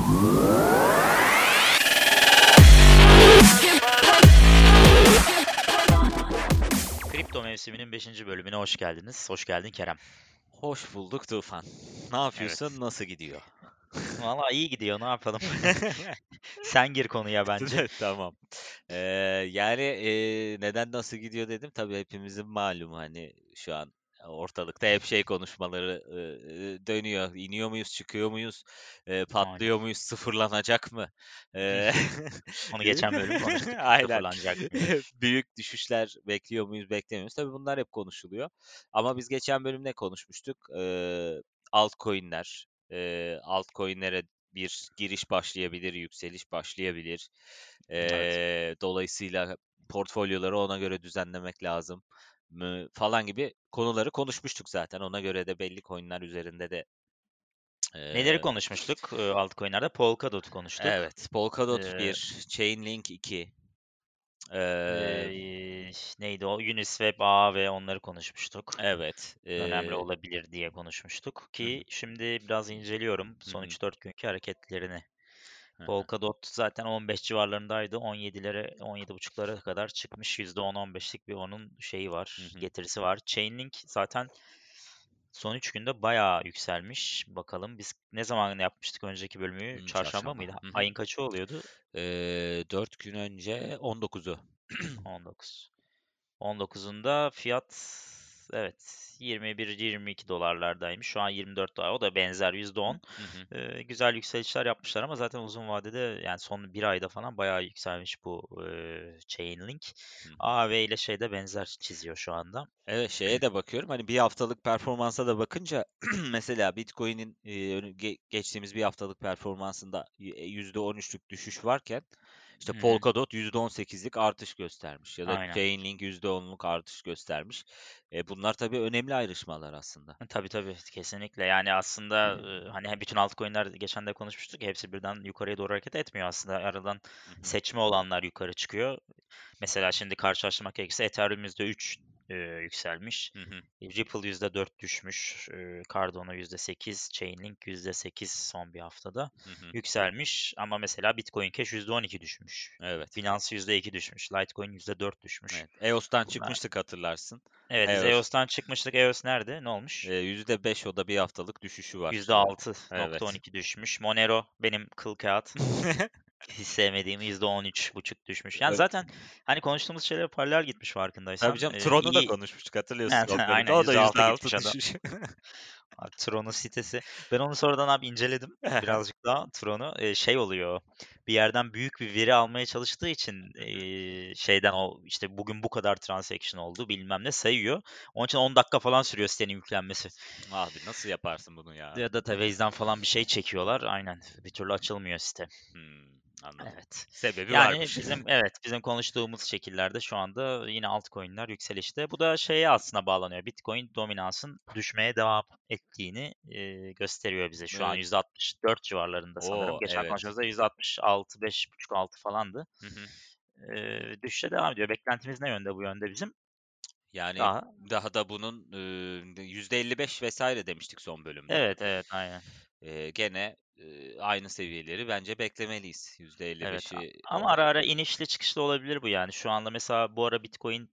Kripto mevsiminin 5. bölümüne hoş geldiniz. Hoş geldin Kerem. Hoş bulduk Tufan. Ne Evet. yapıyorsun? Nasıl gidiyor? Valla iyi gidiyor, ne yapalım? Sen gir konuya bence. Tamam. Eee, neden nasıl gidiyor dedim. Tabii hepimizin malumu hani şu an ortalıkta hep şey konuşmaları dönüyor. İniyor muyuz, çıkıyor muyuz, Aynen. patlıyor muyuz, sıfırlanacak mı? Eee, Onu geçen bölüm konuştuk. Aynen. Sıfırlanacak mı? Büyük düşüşler bekliyor muyuz, beklemiyor muyuz? Tabii bunlar hep konuşuluyor. Ama biz geçen bölüm ne konuşmuştuk? Altcoin'ler. Altcoin'lere bir giriş başlayabilir, yükseliş başlayabilir. Evet. Dolayısıyla portfolyoları ona göre düzenlemek lazım mı falan gibi konuları konuşmuştuk zaten. Ona göre de belli coin'ler üzerinde de Neleri eee, konuşmuştuk altcoin'lerde? Polkadot konuştuk. evet, Polkadot Ee, 1, Chainlink 2, Neydi o? Uniswap, A ve onları konuşmuştuk. evet, Önemli olabilir diye konuşmuştuk hı hı, ki şimdi biraz inceliyorum hı son hı, 3-4 günkü hareketlerini. hı hı, Polkadot zaten 15 civarlarındaydı. 17'lere, 17,5'lara kadar çıkmış. %10-15'lik bir onun şeyi hı var, hı. getirisi var. Chainlink zaten son 3 günde bayağı yükselmiş. Bakalım biz ne zaman yapmıştık önceki bölümü? Çarşamba Çarşamba. mıydı? Hı hı. Ayın kaçı oluyordu? 4 gün önce 19'u. 19. 19'unda fiyat evet 21-22 dolarlardaymış. Şu an 24 dolar. O da benzer %10. Hı hı. Güzel yükselişler yapmışlar ama zaten uzun vadede yani son bir ayda falan bayağı yükselmiş bu Chainlink. Hı hı. AV ile şeyde benzer çiziyor şu anda. Evet, şeye de bakıyorum. Hani bir haftalık performansa da bakınca mesela Bitcoin'in geçtiğimiz bir haftalık performansında %13'lük düşüş varken işte Hı hı. Polkadot %18'lik artış göstermiş ya da Aynen. Chainlink %10'luk artış göstermiş. Bunlar tabii önemli ayrışmalar aslında. Tabii tabii kesinlikle. Yani aslında hani bütün altcoin'ler geçen de konuşmuştuk ya, hepsi birden yukarıya doğru hareket etmiyor aslında. Aradan Hı hı. seçme olanlar yukarı çıkıyor. Mesela şimdi karşılaştırmak gerekirse Ethereum %3 yükselmiş. Hı hı. Ripple %4 düşmüş. Cardano %8, Chainlink %8 son bir haftada Hı hı. yükselmiş. Ama mesela Bitcoin Cash %12 düşmüş. Evet. Binance %2 düşmüş. Litecoin %4 düşmüş. Evet. EOS'tan Bunlar. çıkmıştık hatırlarsın. Evet, biz EOS EOS'tan çıkmıştık. EOS nerede? Ne olmuş? %5, o da bir haftalık düşüşü var. Evet. %6,12 düşmüş. Monero benim kıl kağıt. Hiç sevmediğim %13,5 düşmüş. Yani Ö zaten hani konuştuğumuz şeyler paralel gitmiş Tabii farkındaysan. canım, Tron'u da İyi. konuşmuştuk hatırlıyorsun Evet, son bölümde. aynen O da %6 %6 gitmiş adam. düşüş. Abi, Tron'un sitesi. Ben onu sonradan abi inceledim. Birazcık daha Tron'u. Şey oluyor. Bir yerden büyük bir veri almaya çalıştığı için Hı hı. şeyden o işte bugün bu kadar transaction oldu bilmem ne sayıyor. Onun için 10 dakika falan sürüyor sitenin yüklenmesi. Abi nasıl yaparsın bunu ya? Ya database'den falan bir şey çekiyorlar. Aynen. Bir türlü açılmıyor site. Anladım. Evet. Sebebi Yani varmış. bizim konuştuğumuz şekillerde şu anda yine altcoin'ler yükselişte. Bu da şeye aslında bağlanıyor. Bitcoin dominansın düşmeye devam ettiğini gösteriyor bize. Şu an Evet. %64 civarlarında sanırım. O, Geçen evet. konuşmamızda %66, 5,5-6 falandı. Hı hı. Düşüşe devam ediyor. Beklentimiz ne yönde bu yönde bizim? Yani Daha. daha da bunun %55 vesaire demiştik son bölümde. Evet, evet, aynen. Gene aynı seviyeleri bence beklemeliyiz. Evet %55'i ama ara ara inişli çıkışlı olabilir bu yani. Şu anda mesela bu ara Bitcoin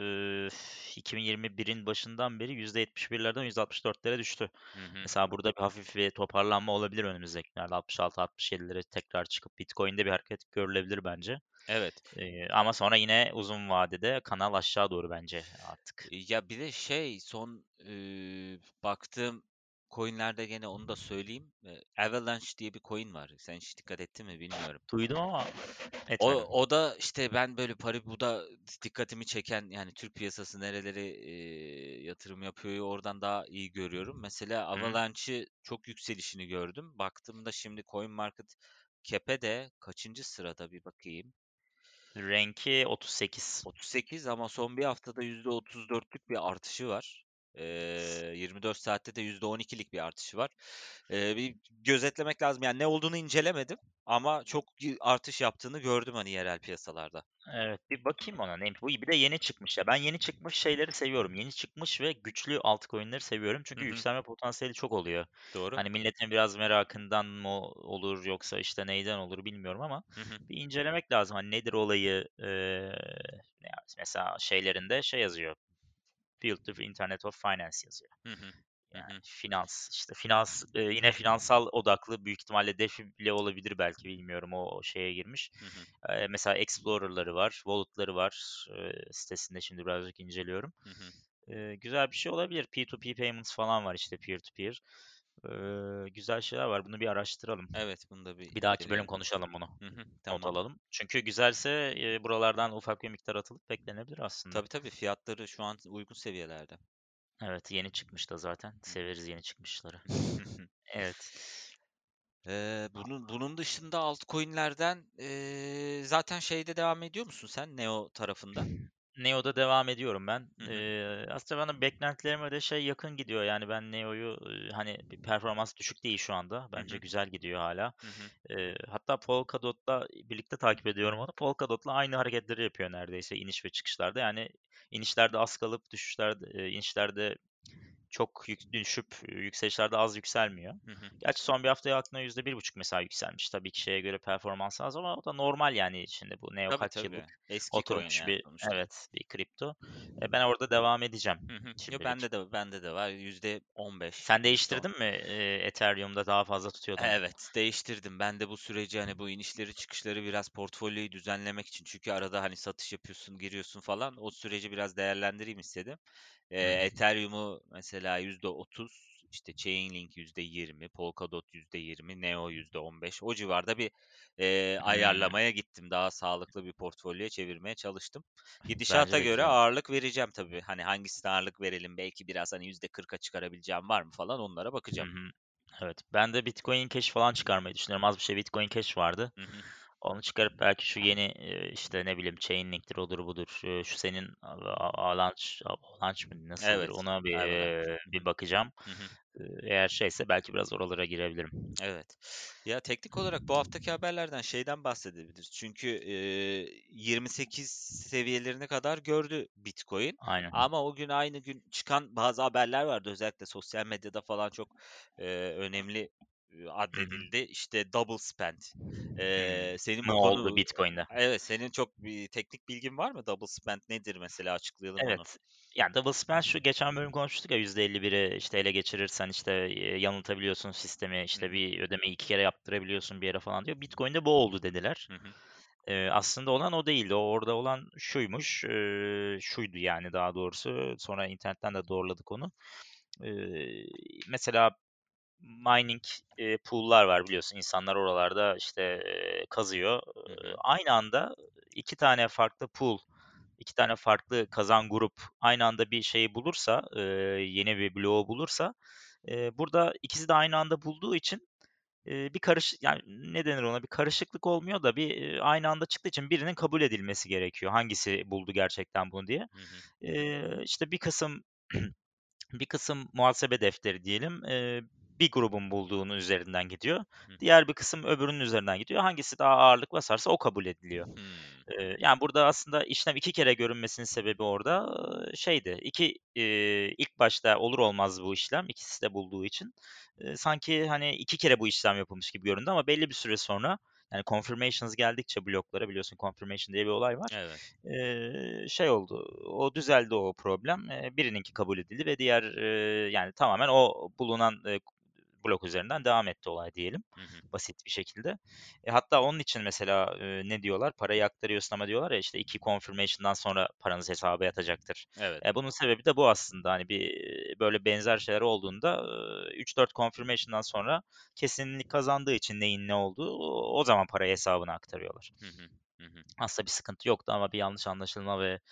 2021'in başından beri %71'lerden %64'lere düştü. hı hı. Mesela burada bir hafif bir toparlanma olabilir önümüzdeki günlerde. 66-67'lere tekrar çıkıp Bitcoin'de bir hareket görülebilir bence. Evet. Ama sonra yine uzun vadede kanal aşağı doğru bence artık. Ya bir de şey son baktığım coinlerde gene onu da söyleyeyim. Avalanche diye bir coin var. Sen hiç dikkat ettin mi bilmiyorum. Duydum ama O, etmedim. o da işte ben böyle Paribu'da dikkatimi çeken yani Türk piyasası nereleri yatırım yapıyor oradan daha iyi görüyorum. Mesela Hı. Avalanche'ı çok yükselişini gördüm. Baktığımda şimdi CoinMarketCap'e de kaçıncı sırada bir bakayım. Renki 38. 38 ama son bir haftada %34'lük bir artışı var. 24 saatte de %12'lik bir artışı var. Bir gözetlemek lazım. Yani ne olduğunu incelemedim ama çok artış yaptığını gördüm hani yerel piyasalarda. Evet, bir bakayım ona neymiş. Bu bir de yeni çıkmış ya. Ben yeni çıkmış şeyleri seviyorum. Yeni çıkmış ve güçlü altcoin'leri seviyorum. Hı Çünkü hı. yükselme potansiyeli çok oluyor. Doğru. Hani milletin biraz merakından mı olur yoksa işte neyden olur bilmiyorum ama Hı hı. bir incelemek lazım. Hani nedir olayı? Mesela şeylerinde şey yazıyor. Build the Internet of Finance yazıyor. Hı hı. Hı Yani hı. finans, işte finans, yine finansal odaklı büyük ihtimalle DeFi bile olabilir belki bilmiyorum o şeye girmiş. Hı hı. Mesela Explorer'ları var, Wallet'ları var sitesinde şimdi birazcık inceliyorum. Hı hı. Güzel bir şey olabilir. P2P payments falan var işte peer to peer. Güzel şeyler var. Bunu bir araştıralım. Evet, bunu da bir Bir dahaki bölüm inceleyelim. konuşalım bunu. Hı hı. Not Tamam. alalım. Çünkü güzelse buralardan ufak bir miktar atılıp beklenebilir aslında. Tabii tabii, fiyatları şu an uygun seviyelerde. Evet, yeni çıkmış da zaten. Hı hı. Severiz yeni çıkmışları. Evet. Bunun dışında altcoin'lerden zaten şeyde devam ediyor musun sen Neo tarafında? Neo'da devam ediyorum ben. Hı hı. Aslında bana beklentilerime de şey yakın gidiyor. Yani ben Neo'yu hani bir performans düşük değil şu anda. Hı Bence hı. güzel gidiyor hala. Hı hı. Hatta Polkadot'la birlikte takip ediyorum onu. Polkadot'la aynı hareketleri yapıyor neredeyse iniş ve çıkışlarda. Yani inişlerde az kalıp inişlerde çok düşüp yükselişlerde az yükselmiyor. Hı hı. Gerçi son bir haftaya baktığında %1,5 mesela yükselmiş. Tabii ki şeye göre performans az ama o da normal yani. Şimdi bu Neo Tabii kaç tabii. yıllık Eski coin oturmuş yani bir sonuçta. evet bir kripto. Ben orada devam edeceğim Hı hı. Yo, şimdilik. bende de var. %15 Sen en son. değiştirdin mi Ethereum'da daha fazla tutuyordun? Evet, değiştirdim. Ben de bu süreci hani bu inişleri çıkışları biraz portfolyoyu düzenlemek için çünkü arada hani satış yapıyorsun, giriyorsun falan o süreci biraz değerlendireyim istedim. Hı hı. Ethereum'u mesela %30, işte Chainlink %20, Polkadot %20, Neo %15 o civarda bir Hmm, ayarlamaya gittim. Daha sağlıklı bir portfolyoya çevirmeye çalıştım. bence Gidişata de göre güzel. ağırlık vereceğim tabii. Hani hangisine ağırlık verelim belki biraz hani %40'a çıkarabileceğim var mı falan onlara Hı bakacağım. hı. Evet. Ben de Bitcoin Cash falan çıkarmayı düşünüyorum. Az bir şey Bitcoin Cash vardı. Hı hı. Onu çıkarıp belki şu yeni işte ne bileyim Chainlink'tir odur budur. Şu senin Avalanche mı nasıldır Evet, ona Avalanche. bir bakacağım. Hı hı. Eğer şeyse belki biraz oralara girebilirim. Evet. Ya teknik olarak bu haftaki haberlerden şeyden bahsedebiliriz. Çünkü 28 seviyelerine kadar gördü Bitcoin. Aynen. Ama o gün aynı gün çıkan bazı haberler vardı. Özellikle sosyal medyada falan çok önemli Hı hı. addedildi. İşte double spend. Hmm. Senin Ne bu oldu konu Bitcoin'de? evet senin çok bir teknik bilgin var mı? Double spend nedir mesela açıklayalım onu. Evet. Yani double spend şu geçen bölüm konuştuk ya %51'i işte ele geçirirsen işte yanıltabiliyorsun sistemi Hı işte hı. bir ödemeyi iki kere yaptırabiliyorsun bir yere falan diyor. Bitcoin'de bu oldu dediler. Hı hı. Aslında olan o değildi. Orada olan şuymuş. Şuydu yani daha doğrusu. Sonra internetten de doğruladık onu. Eee, Mesela mining pool'lar var biliyorsun. İnsanlar oralarda işte kazıyor. Hı hı. Aynı anda iki tane farklı pool, iki tane farklı kazan grup aynı anda bir şeyi bulursa, yeni bir bloğu bulursa, burada ikisi de aynı anda bulduğu için bir yani ne denir ona? Bir karışıklık olmuyor da aynı anda çıktığı için birinin kabul edilmesi gerekiyor. Hangisi buldu gerçekten bunu diye. Hı hı. İşte bir kısım bir kısım muhasebe defteri diyelim, bir grubun bulduğunu üzerinden gidiyor. Hı hı. Diğer bir kısım öbürünün üzerinden gidiyor. Hangisi daha ağırlık basarsa o kabul ediliyor. Hmm. Yani burada aslında işlem 2 kere görünmesinin sebebi orada, şeydi, ilk başta olur olmaz bu işlem, ikisi de bulduğu için, sanki, hani, 2 kere bu işlem yapılmış gibi göründü ama belli bir süre sonra, yani confirmations geldikçe bloklara biliyorsun confirmation diye bir olay var. Evet. Şey oldu, o düzeldi o problem. Birininki kabul edildi ve diğer, yani tamamen o bulunan, blok üzerinden devam etti olay diyelim, Hı hı. basit bir şekilde. Hatta onun için mesela, ne diyorlar? Parayı aktarıyorsun ama diyorlar ya, işte, 2 confirmation'dan sonra paranız hesaba yatacaktır. Evet. Bunun sebebi de bu aslında. Hani, böyle benzer şeyler olduğunda, 3-4 confirmation'dan sonra kesinlik kazandığı için neyin ne olduğu, o zaman parayı hesabına aktarıyorlar. Hı hı. Hı hı. Aslında bir sıkıntı yoktu ama bir yanlış anlaşılma ve,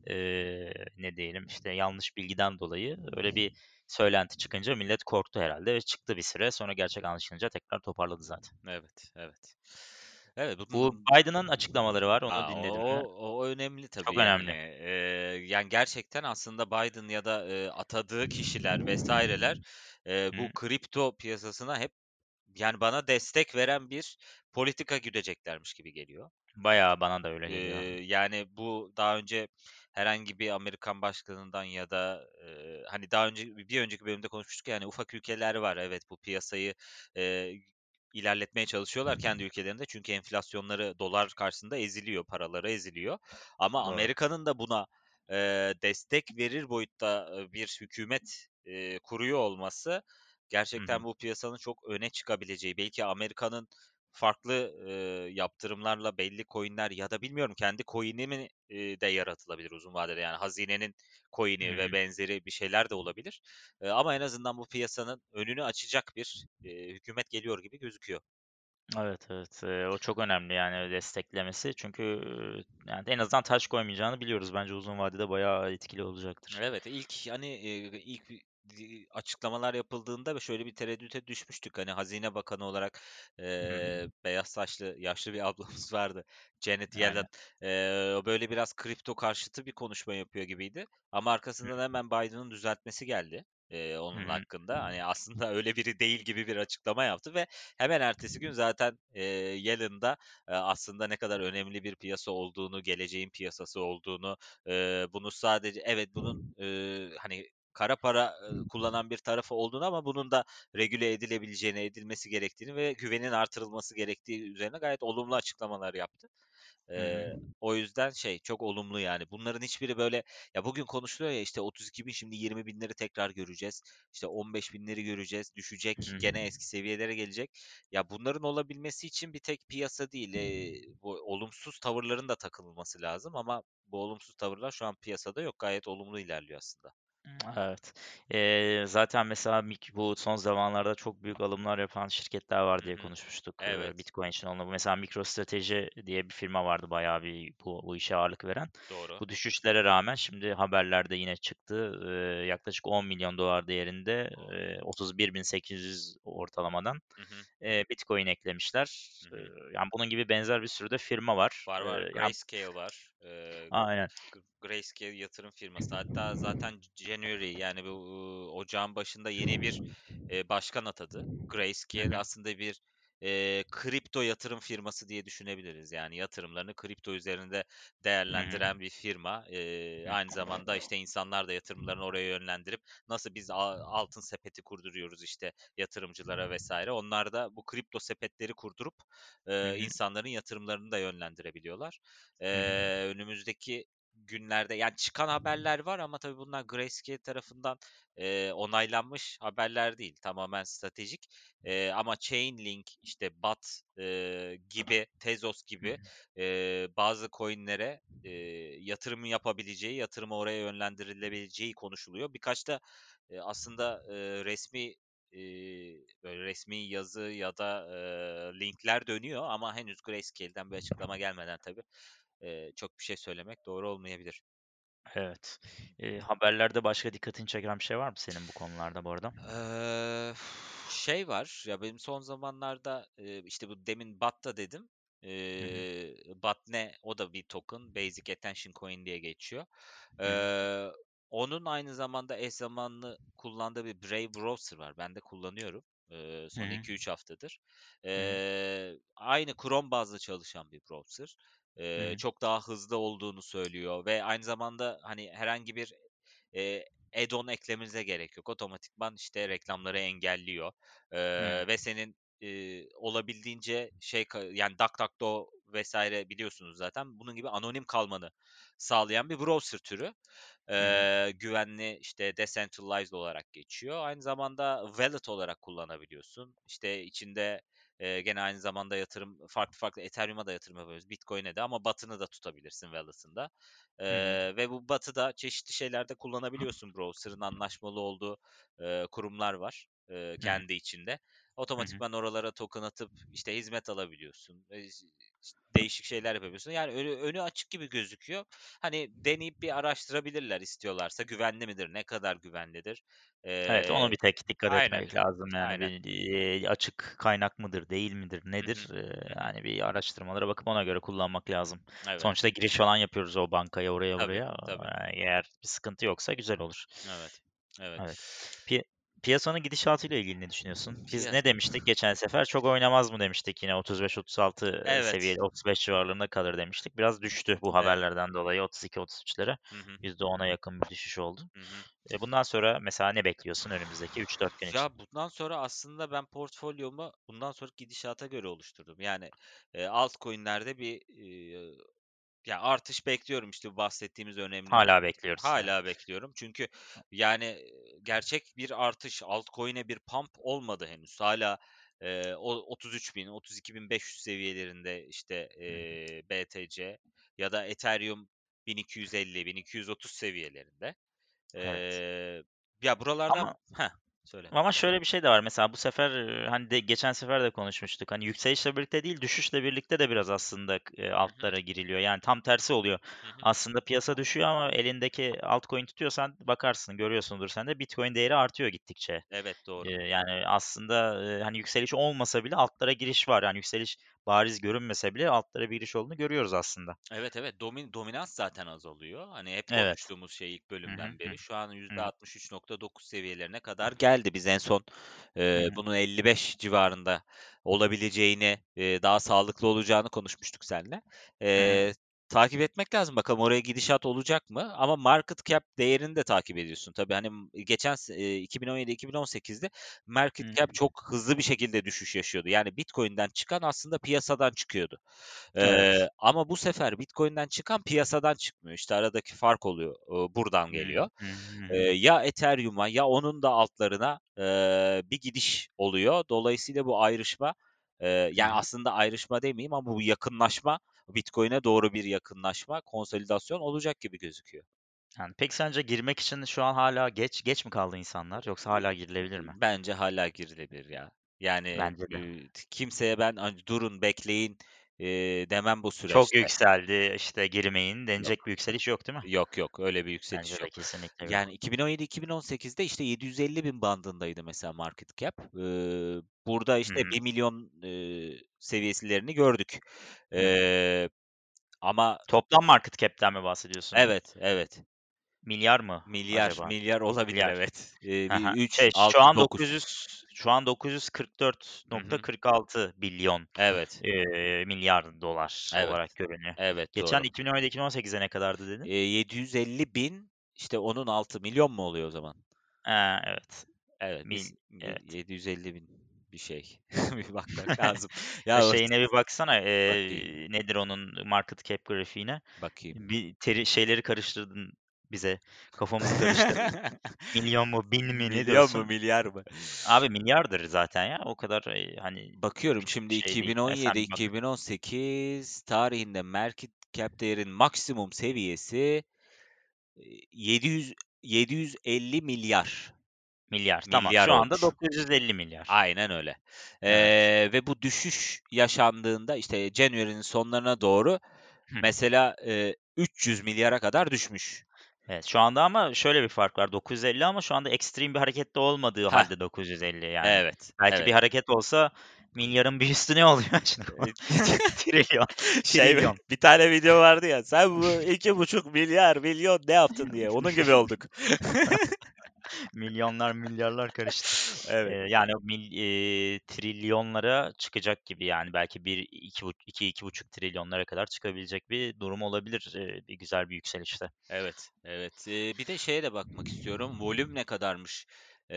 ne diyelim, işte, yanlış bilgiden dolayı öyle bir söylenti çıkınca millet korktu herhâlde ve çıktı bir süre. Sonra gerçek anlaşılınca tekrar toparladı zaten. Evet, evet. Evet, Bu bunun Biden'ın açıklamaları var, onu A, dinledin mi? o önemli tabii Çok yani. önemli. Yani gerçekten aslında Biden ya da, atadığı kişiler vs.ler, Hı hı. bu kripto piyasasına hep yani bana destek veren bir politika güdeceklermiş gibi geliyor. Bayağı bana da öyle geliyor. Yani, bu daha önce herhangi bir Amerikan başkanından ya da, hani, daha önce bir önceki bölümde konuşmuştuk ya, hani, ufak ülkeler var. Evet, bu piyasayı, eee, ilerletmeye çalışıyorlar kendi ülkelerinde. Çünkü enflasyonları dolar karşısında eziliyor, paraları eziliyor. Ama Doğru. Amerika'nın da buna, destek verir boyutta, bir hükümet, kuruyor olması Hı hı. gerçekten bu piyasanın çok öne çıkabileceği, belki Amerika'nın farklı, yaptırımlarla belli coin'ler ya da bilmiyorum kendi coin'i mi, de yaratılabilir uzun vadede. Yani hazinenin Hı coin'i ve hı. benzeri bir şeyler de olabilir. Ama en azından bu piyasanın önünü açacak bir, hükümet geliyor gibi gözüküyor. Evet, evet. O çok önemli yani desteklemesi. Çünkü, yani en azından taş koymayacağını biliyoruz. Bence uzun vadede bayağı etkili olacaktır. Evet, hani, ilk açıklamalar yapıldığında şöyle bir tereddüte düşmüştük. Hani, Hazine Bakanı olarak, Hı hı. beyaz saçlı yaşlı bir ablamız vardı, Janet Yellen. Aynen. O böyle biraz kripto karşıtı bir konuşma yapıyor gibiydi ama Hı arkasından hemen Biden'ın düzeltmesi geldi, hı. onun Hı. hakkında. Hani, aslında öyle biri değil gibi bir açıklama yaptı ve hemen ertesi gün zaten, Yellen da, aslında ne kadar önemli bir piyasa olduğunu, geleceğin piyasası olduğunu, bunu sadece evet, bunun, hani, kara para, kullanan bir tarafı olduğunu ama bunun da regüle edilebileceğini, edilmesi gerektiğini ve güvenin artırılması gerektiği üzerine gayet olumlu açıklamalar yaptı. Hı hı. O yüzden çok olumlu yani. Bunların hiçbiri böyle ya bugün konuşuluyor ya işte 32.000 şimdi 20.000'leri tekrar göreceğiz. İşte 15.000'leri göreceğiz, Hı düşecek, hı. gene eski seviyelere gelecek. Ya bunların olabilmesi için bir tek piyasa değil, bu olumsuz tavırların da takılması lazım ama bu olumsuz tavırlar şu an piyasada yok. Gayet olumlu ilerliyor aslında. Evet. Zaten mesela bu son zamanlarda çok büyük alımlar yapan şirketler var Hı diye hı. konuşmuştuk, Evet, Bitcoin için. Mesela MicroStrateji diye bir firma vardı bayağı bir bu işe ağırlık veren. doğru. Bu düşüşlere rağmen şimdi haberlerde yine çıktı. Yaklaşık $10 milyon değerinde, O. 31.800 ortalamadan, Hı hı. Bitcoin eklemişler. Hı hı. Yani bunun gibi benzer bir sürü de firma var. Var, var. Ya Grayscale var. aynen. Grayscale yatırım firması. Hatta zaten January yani bu ocağın başında yeni bir başkan atadı. Hı Grayscale hı. aslında bir kripto yatırım firması diye düşünebiliriz. Yani yatırımlarını kripto üzerinde Hı hı. değerlendiren bir firma. Hı. Aynı zamanda işte insanlar da yatırımlarını oraya yönlendirip nasıl biz altın sepeti kurduruyoruz işte yatırımcılara vesaire. Onlar da bu kripto sepetleri kurdurup Hı hı. insanların yatırımlarını da yönlendirebiliyorlar. Hı hı. Önümüzdeki günlerde yani çıkan haberler var ama tabii bunlar Grayscale tarafından, onaylanmış haberler değil. Tamamen stratejik. Ama Chainlink, işte BAT, gibi, Tezos Hı hı. gibi, bazı coin'lere, yatırım yapabileceği, yatırımı oraya yönlendirilebileceği konuşuluyor. Birkaç da, aslında, resmi, böyle resmi yazı ya da, linkler dönüyor ama henüz Grayscale'den bir açıklama gelmeden tabii, çok bir şey söylemek doğru olmayabilir. Evet. Haberlerde başka dikkatini çeken bir şey var mı senin bu konularda bu arada? Var, ya, benim son zamanlarda, işte, bu demin BAT dedim. Hı hı. BATNE o da bir token, Basic Attention Coin diye geçiyor. Hı hı. Eee, onun aynı zamanda eş zamanlı kullandığı bir Brave browser var. Ben de kullanıyorum, Hı son hı. 2-3 haftadır. Hı hı. Aynı Chrome bazlı çalışan bir browser. Hı hı. Çok daha hızlı olduğunu söylüyor ve aynı zamanda, hani, herhangi bir add-on eklemenize gerek yok. Otomatikman, işte, reklamları engelliyor, Hı hı. ve senin, olabildiğince yani DuckDuckGo vs. biliyorsunuz zaten. Bunun gibi anonim kalmanı sağlayan bir browser türü. Hı hı. Güvenli, işte, decentralized olarak geçiyor. Aynı zamanda wallet olarak kullanabiliyorsun. İşte, içinde, gene aynı zamanda farklı farklı Ethereum'a da yatırım yapabiliyorsun, Bitcoin'e de ama bot'ını da tutabilirsin wallet'ında. Hı hı. Ve bu bot'ı da çeşitli şeylerde kullanabiliyorsun. Browser'ın anlaşmalı olduğu, kurumlar var. Hıı. kendi içinde. Hı hı. Otomatikman oralara token atıp, işte, hizmet alabiliyorsun. Değişik şeyler yapabiliyorsun. Yani önü açık gibi gözüküyor. Hani, deneyip bir araştırabilirler istiyorlarsa. Güvenli midir? Ne kadar güvenlidir? Evet, ona Eee bir tek dikkat Aynen, etmek lazım. Yani aynen. bir, açık kaynak mıdır, değil midir, Hı nedir? hı. Hı hı. Yani bir araştırmalara bakıp ona göre kullanmak lazım. Evet. Sonuçta giriş falan yapıyoruz o bankaya, oraya, Tabii, buraya. tabii. Eğer bir sıkıntı yoksa güzel olur. Evet, evet. Evet. Piyasanın gidişatıyla ilgili ne düşünüyorsun? Biz ne Piyasa. demiştik geçen sefer? Çok oynamaz mı demiştik yine 35-36 Evet, seviyede, 35 civarlarında kalır demiştik. Biraz düştü bu evet. haberlerden dolayı 32-33'lere. Hı hı. %10'a yakın bir düşüş oldu. Hı hı. Bundan sonra mesela ne bekliyorsun önümüzdeki 3-4 gün için? Ya, bundan sonra aslında ben portfolyomu bundan sonraki gidişata göre oluşturdum. Yani, altcoin'lerde bir, ya, artış bekliyorum, işte, bu bahsettiğimiz önemli. Hâlâ bekliyoruz yani. Hâlâ bekliyorum. Çünkü, yani, gerçek bir artış, altcoin'e bir pump olmadı henüz. Hâlâ, o 33.000, 32.500 seviyelerinde, işte, Hı hı. BTC ya da Ethereum 1250, 1230 seviyelerinde. Evet. Eee, Ya, buralardan. Ama Heh, söyle. Ama şöyle bir şey de var mesela bu sefer, hani, geçen sefer de konuşmuştuk. Hani, yükselişle birlikte değil, düşüşle birlikte de biraz aslında Hı hı. altlara giriliyor. Yani tam tersi oluyor. Hı hı. Aslında piyasa düşüyor ama elindeki altcoin tutuyorsan bakarsın, görüyorsundur sen de Bitcoin değeri artıyor gittikçe. Evet, doğru. Yani aslında, hani, yükseliş olmasa bile altlara giriş var. Yani yükseliş bariz görünmese bile altlara bir giriş olduğunu görüyoruz aslında. Evet, evet, dominans zaten azalıyor. Hani, hep Evet. konuştuğumuz şey ilk Hı hı. bölümden Hı. beri. Şu an Evet. %63.9 seviyelerine kadar geldi. Biz en son, Hı hı. bunun 55 civarında olabileceğini, daha sağlıklı olacağını konuşmuştuk seninle. Hı hı. Takip etmek lazım bakalım oraya gidişat olacak mı? Ama market cap değerini de takip ediyorsun. Tabii, hani, geçen 2017-2018'de Hı market hı. cap çok hızlı bir şekilde düşüş yaşıyordu. Yani Bitcoin'den çıkan aslında piyasadan çıkıyordu. Evet. Ama bu sefer Bitcoin'den çıkan piyasadan çıkmıyor. İşte aradaki fark oluyor. Buradan Hı geliyor. hı. Hı hı. Ya Ethereum'a ya onun da altlarına, bir gidiş oluyor. Dolayısıyla bu ayrışma, Hı yani hı. aslında ayrışma demeyeyim ama bu yakınlaşma, Bitcoin'e doğru bir yakınlaşma, konsolidasyon olacak gibi gözüküyor. Yani, peki sence girmek için şu an hâlâ geç mi kaldı insanlar yoksa hâlâ girilebilir mi? Bence hâlâ girilebilir ya. Yani, Bence de. kimseye ben, hani, durun, bekleyin, demem bu Çok süreçte. yükseldi, işte, girmeyin denecek Yok. bir yükseliş yok değil mi? Yok, yok, öyle bir Bence yükseliş de yok. kesinlikle Yani yok. 2017-2018'de işte 750.000 bandındaydı mesela market cap. Burada Hı işte hı. 1.000.000 seviyelerini gördük. Hı hı. Eee, Ama Toplam market cap'ten mi bahsediyorsun? evet, evet. Milyar mı Milyar, acaba? milyar olabilir Milyar. evet. Hı hı. Bir 3, Şey, 6, 9. şu an Hı hı. 944,46 bilyon, Evet, milyar dolar evet, olarak görünüyor. evet, Geçen doğru. 2017-2018'de ne kadardı dedin? 750.000 işte onun altı milyon mu oluyor o zaman? Evet. Evet, Mil evet. 750.000 bir şey. Bir bakmak lazım. Ya, Ya, şeyine bir baksana, bakayım, nedir onun market cap grafiğine? bakayım. Bir şeyleri karıştırdın bize. Kafamızı karıştırdın. Milyon mu, bin mi ne Milyon mu, diyorsun? milyar mı? Abi milyardır zaten ya. O kadar, hani, Bakıyorum küçük bir şimdi şey değil. Sen bir bak. 2017-2018 tarihinde market cap değerin maksimum seviyesi, 700 750 milyar. Milyar. Tamam. Milyar Şu anda olmuş. 950 milyar. Aynen öyle. Evet. Ve bu düşüş yaşandığında, işte, January'nin sonlarına doğru Hı hı. mesela, 300 milyara kadar düşmüş. Evet, şu anda ama şöyle bir fark var. 950 ama şu anda ekstrem bir hareket de olmadığı Heh, hâlde 950 yani. evet, Belki bir evet. hareket olsa milyarın bir üstü ne oluyor şimdi? Trilyon, Şey, trilyon. bir tane video vardı ya, "Sen bu 2,5 milyar, milyon ne yaptın?" diye. Onun gibi olduk. Milyonlar, milyarlar karıştı. Evet, Yani trilyonlara çıkacak gibi yani belki 2-2,5 trilyonlara kadar çıkabilecek bir durum olabilir, bir güzel bir yükselişte. evet, evet. Bir de şeye de bakmak istiyorum. Volüm ne kadarmış?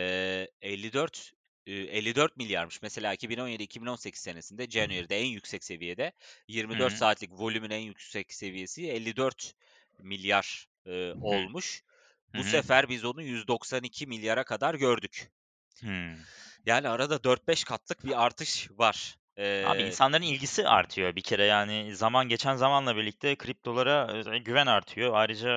54 milyarmış. Mesela 2017-2018 senesinde January'de en yüksek seviyede Hı 24 hı. saatlik volümün en yüksek seviyesi 54 milyar, Hı. olmuş. Hı Bu hı. sefer biz onu 192 milyara kadar gördük. Hımm. Yani arada 4-5 katlık bir artış var. Abi insanların ilgisi artıyor bir kere yani geçen zamanla birlikte kriptolara, güven artıyor. Ayrıca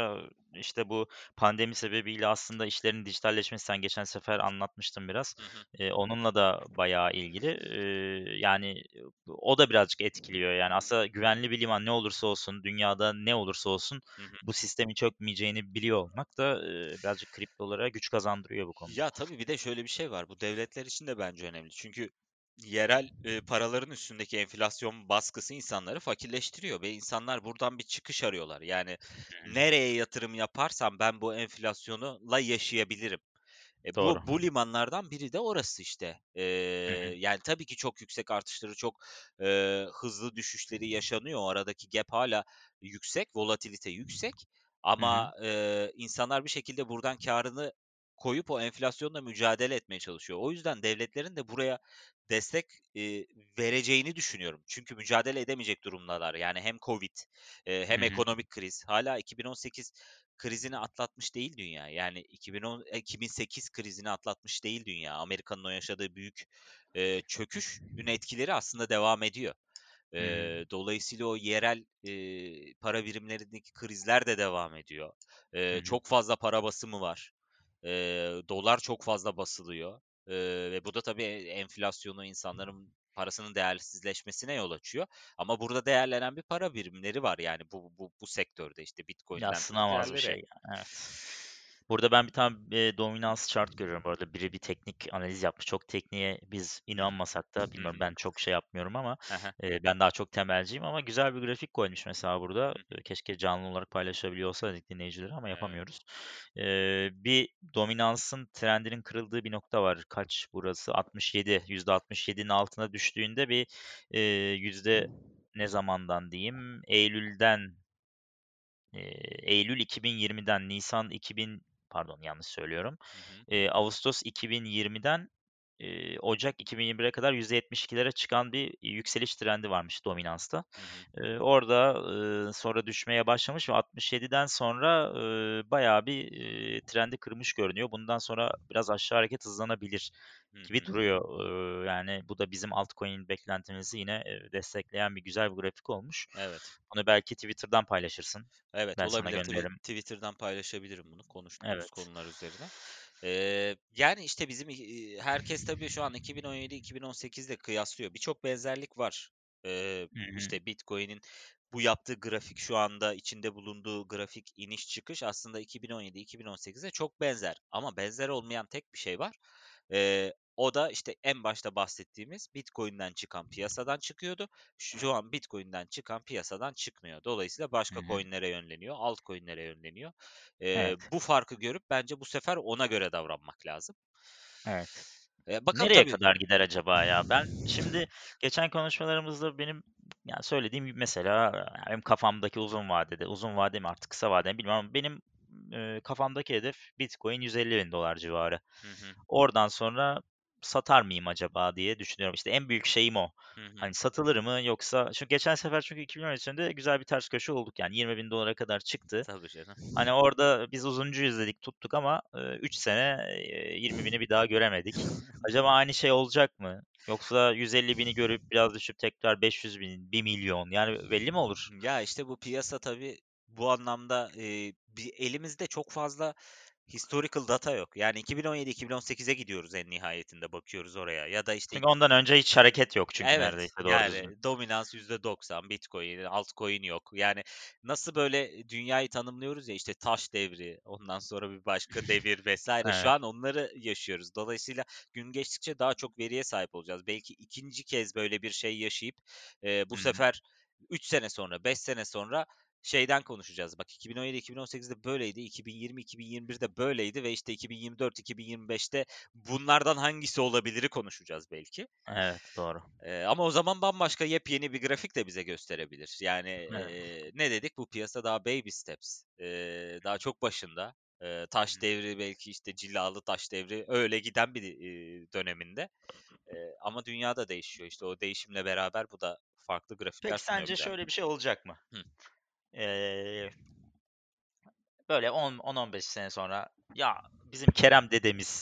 işte bu pandemi sebebiyle aslında işlerin dijitalleşmesi, sen geçen sefer anlatmıştın biraz. Hı hı. Onunla da bayağı ilgili. Yani o da birazcık etkiliyor. Yani aslında güvenli bir liman ne olursa olsun, dünyada ne olursa olsun Hı hı. bu sistemin çökmeyeceğini biliyor olmak da birazcık kriptolara güç kazandırıyor bu konuda. Ya, tabii bir de şöyle bir şey var, bu devletler için de bence önemli. Çünkü yerel, paraların üstündeki enflasyon baskısı insanları fakirleştiriyor ve insanlar buradan bir çıkış arıyorlar. Yani, Hı hı. nereye yatırım yaparsam ben bu enflasyonla yaşayabilirim. Doğru. Bu limanlardan biri de orası işte. Hı hı. Yani, tabii ki çok yüksek artışları, çok, hızlı düşüşleri yaşanıyor. O aradaki gap hâlâ yüksek, volatilite yüksek Hı hı. ama, insanlar bir şekilde buradan kârını koyup o enflasyonla mücadele etmeye çalışıyor. O yüzden devletlerin de buraya destek, vereceğini düşünüyorum. Çünkü mücadele edemeyecek durumdalar. Yani hem Covid, Hı hem hı. ekonomik kriz. Hâlâ 2018 krizini atlatmış değil dünya. Yani 2008 krizini atlatmış değil dünya. Amerika'nın o yaşadığı büyük, çöküşün etkileri aslında devam ediyor. Hı hı. Dolayısıyla o yerel, para birimlerindeki krizler de devam ediyor. Hı hı. Çok fazla para basımı var. Dolar çok fazla basılıyor, ve bu da tabii enflasyonu, insanların parasının değersizleşmesine yol açıyor. Ama burada değerlenen bir para birimleri var yani bu sektörde, işte, Ya, Bitcoin'den tut sınanılmaz bir diğerleri. şey. Evet. Burada ben bir tane, dominans chart görüyorum bu arada. Biri bir teknik analiz yapmış. Çok tekniğe biz Hı hı. inanmasak da Hı bilmiyorum, hı. ben çok şey yapmıyorum ama, Hı hı. ben daha çok temelciyim ama güzel bir grafik koymuş mesela burada. Hı hı. Keşke canlı olarak paylaşabiliyor olsaydık dinleyicilere ama Evet. yapamıyoruz. Bir dominansın trendinin kırıldığı bir nokta var. Kaç burası? 67. %67'nin altına düştüğünde bir, yüzde ne zamandan diyeyim? Eylül 2020'den Nisan 2000, pardon yanlış söylüyorum. Hı hı. Ağustos 2020'den, Ocak 2021'e kadar %72'lere çıkan bir yükseliş trendi varmış dominansta. Hı hı. Orada, sonra düşmeye başlamış ve 67'den sonra, bayağı bir, trendi kırmış görünüyor. Bundan sonra biraz aşağı hareket hızlanabilir Hı gibi hı. duruyor. Yani bu da bizim altcoin beklentimizi yine, destekleyen bir güzel bir grafik olmuş. Evet. Bunu belki Twitter'dan paylaşırsın. Evet, Ben sana olabilir. gönderirim. Twitter'dan paylaşabilirim bunu konuştuğumuz Evet. konular üzerine. Yani, işte, bizim, herkes tabii şu an 2017-2018'le kıyaslıyor. Birçok benzerlik var. Hı hı. İşte, Bitcoin'in bu yaptığı grafik, şu anda içinde bulunduğu grafik iniş çıkış aslında 2017-2018'e çok benzer. Ama benzer olmayan tek bir şey var. O da, işte, en başta bahsettiğimiz Bitcoin'den çıkan piyasadan çıkıyordu. Şu an Bitcoin'den çıkan piyasadan çıkmıyor. Dolayısıyla Hı başka hı. coin'lere yönleniyor, altcoin'lere yönleniyor. Evet, Bu farkı görüp bence bu sefer ona göre davranmak lazım. evet. Bakalım Nereye tabii. kadar gider acaba ya? Ben şimdi geçen konuşmalarımızda benim, yani, söylediğim gibi mesela, benim kafamdaki uzun vade mi artık kısa vade mi bilmiyorum ama benim, kafamdaki hedef Bitcoin $150.000 civarı. Hı hı. Oradan sonra satar mıyım acaba diye düşünüyorum. İşte en büyük şeyim o. Hı hı. Hani satılır mı yoksa şu geçen sefer çünkü 2013'ünde güzel bir ters köşe olduk yani $20.000'a kadar çıktı. Tabii canım. Hani orada biz uzuncuyuz dedik, tuttuk ama, 3 sene, 20.000'i bir daha göremedik. Acaba aynı şey olacak mı? Yoksa 150.000'i görüp biraz düşüp tekrar 500.000, 1.000.000 yani belli mi olur? Ya, işte, bu piyasa tabii bu anlamda, bir elimizde çok fazla historical data yok. Yani 2017-2018'e gidiyoruz en nihayetinde, bakıyoruz oraya ya da, işte. Çünkü ondan önce hiç hareket yok çünkü Evet, neredeyse doğru düzgün. yani dominans %90, Bitcoin, altcoin yok. Yani nasıl böyle dünyayı tanımlıyoruz ya, işte taş devri, ondan sonra bir başka devir vesaire. Şu Evet, an onları yaşıyoruz. Dolayısıyla gün geçtikçe daha çok veriye sahip olacağız. Belki ikinci kez böyle bir şey yaşayıp, bu hı hı, sefer 3 sene sonra, 5 sene sonra şeyden konuşacağız. Bak, 2017-2018'de böyleydi, 2020-2021'de böyleydi ve işte 2024-2025'te bunlardan hangisi olabilir'i konuşacağız belki. evet, doğru. Ama o zaman bambaşka yepyeni bir grafik de bize gösterebilir. Yani, Evet. ne dedik? Bu piyasa daha baby steps. Daha çok başında. Hı Taş hı. devri belki, işte, cilalı taş devri öyle giden bir, döneminde. Ama dünya da değişiyor. İşte, o değişimle beraber bu da farklı grafikler Peki sunuyor sence bize. şöyle bir şey olacak mı? Hı. Eee, Böyle 10-15 sene sonra ya bizim Kerem dedemiz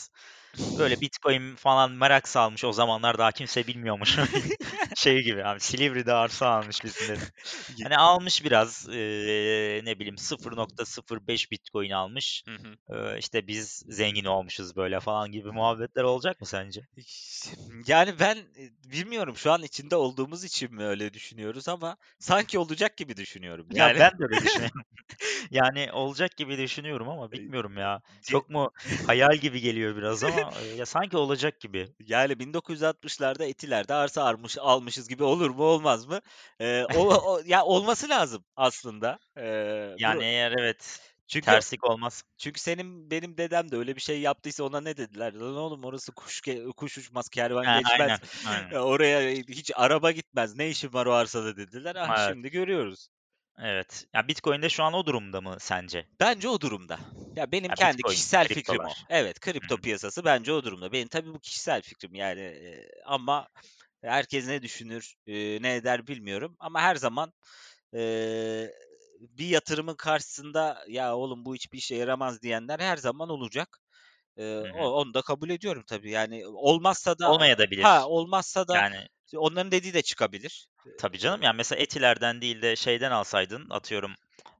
Böyle Bitcoin falan merak salmış. O zamanlar daha kimse bilmiyormuş. Şey gibi abi, Silivri'de arsa almış bizim dedem. Ye Hani almış biraz, ne bileyim 0,05 Bitcoin almış. Hı hı. İşte biz zengin olmuşuz böyle falan gibi muhabbetler olacak mı sence? Yani ben, bilmiyorum şu an içinde olduğumuz için mi öyle düşünüyoruz ama sanki olacak gibi düşünüyorum. Ya Yani, ben de öyle düşünüyorum. Yani olacak gibi düşünüyorum ama eee, bilmiyorum ya. ce Çok mu hayal gibi geliyor biraz ama, ya sanki olacak gibi. yani 1960'larda Etiler'de arsa almışız gibi olur mu olmaz mı? O ya olması lazım aslında. Yani eğer evet, Çünkü terslik olmaz. çünkü senin benim dedem de öyle bir şey yaptıysa ona ne dediler? "Lan oğlum orası kuş uçmaz, kervan Aynen, geçmez. aynen. Oraya hiç araba gitmez. Ne işin var o arsada?" dediler. Ah, Evet, şimdi görüyoruz. evet. Ya Bitcoin de şu an o durumda mı sence? Bence o durumda. Ya, benim Ya kendi Bitcoin, kişisel fikrim o. kriptolar. Evet, Hı kripto hı. piyasası bence o durumda. Benim tabii bu kişisel fikrim yani, ama herkes ne düşünür, ne eder bilmiyorum ama her zaman, eee, bir yatırımın karşısında "Ya, oğlum bu hiçbir işe yaramaz." diyenler her zaman olacak. Hı hı. Onu da kabul ediyorum tabii. Yani olmazsa da Olmayabilir. olmazsa da Yani onların dediği de çıkabilir. tabii canım, yani mesela Etiler'den değil de şeyden alsaydın, atıyorum,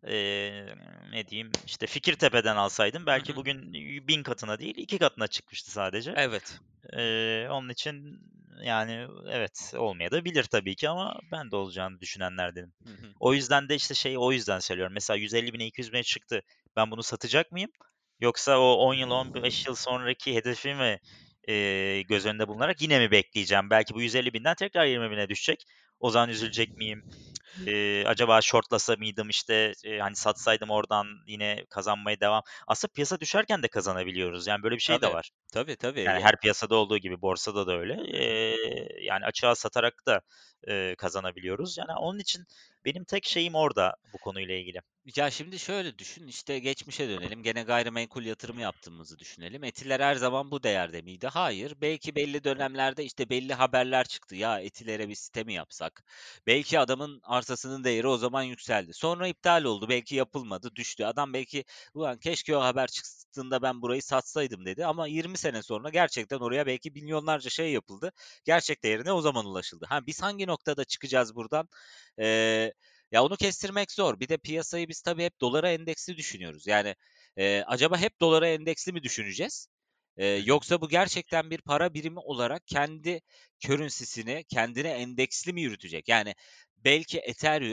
ne diyeyim, işte Fikirtepe'den alsaydın Hı belki hı. bugün 1000 katına değil 2 katına çıkmıştı sadece. Evet. Onun için yani evet, olmayabilir tabii ki ama ben de olacağını düşünenlerdenim. Hı hı. O yüzden de işte o yüzden söylüyorum. Mesela 150.000'e 200.000'e çıktı. Ben bunu satacak mıyım? Yoksa o 10 yıl, 15 yıl sonraki hedefi mi, göz önünde bulunarak yine mi bekleyeceğim? Belki bu 150.000'den tekrar 20.000'e düşecek. O zaman üzülecek miyim? Acaba shortlasa mıydım, işte, hani, satsaydım oradan yine kazanmaya devam. Aslında piyasa düşerken de kazanabiliyoruz. Yani böyle bir şey de Tabii. var. Tabii, tabii. Yani Ya. her piyasada olduğu gibi borsada da öyle. Hı hı. Yani açığa satarak da, kazanabiliyoruz. Yani onun için benim tek şeyim orada bu konuyla ilgili. Ya, şimdi şöyle düşün, işte, geçmişe dönelim, gene gayrimenkul yatırımı yaptığımızı düşünelim. Etiler her zaman bu değerde miydi? Hayır. Belki belli dönemlerde, işte, belli haberler çıktı. Ya, Etiler'e bir site mi yapsak? Belki adamın arsasının değeri o zaman yükseldi. Sonra iptal oldu. Belki yapılmadı, düştü. Adam belki, "Ulan keşke o haber çıktığında ben burayı satsaydım." dedi ama 20 sene sonra gerçekten oraya belki milyonlarca şey yapıldı. Gerçek değerine o zaman ulaşıldı. Ha, biz hangi noktada çıkacağız buradan? Eee Ya, onu kestirmek zor. Bir de piyasayı biz tabii hep dolara endeksli düşünüyoruz. Yani, acaba hep dolara endeksli mi düşüneceğiz? Hı hı. Yoksa bu gerçekten bir para birimi olarak kendi currency'sini kendine endeksli mi yürütecek? Yani, belki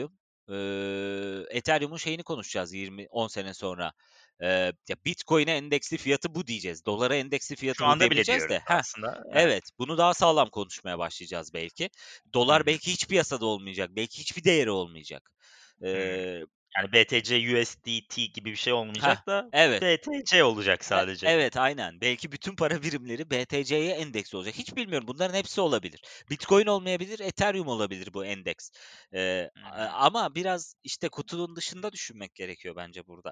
Ethereum'un şeyini konuşacağız 10 sene sonra. Ya, Bitcoin'e endeksli fiyatı bu diyeceğiz. Dolara endeksli Şu fiyatı bu anda bile demeyeceğiz diyoruz de. Heh, aslında. Evet. evet, bunu daha sağlam konuşmaya başlayacağız belki. Hı Dolar hı. belki hiç piyasada olmayacak. Belki hiçbir değeri olmayacak. Hımm. Eee Yani BTC USDT gibi bir şey Heh, olmayacak da evet. BTC olacak sadece. Evet, aynen. Belki bütün para birimleri BTC'ye endeksli olacak. Hiç bilmiyorum. Bunların hepsi olabilir. Bitcoin olmayabilir, Ethereum olabilir bu endeks. Hı hı. Ama biraz, işte, kutunun dışında düşünmek gerekiyor bence burada.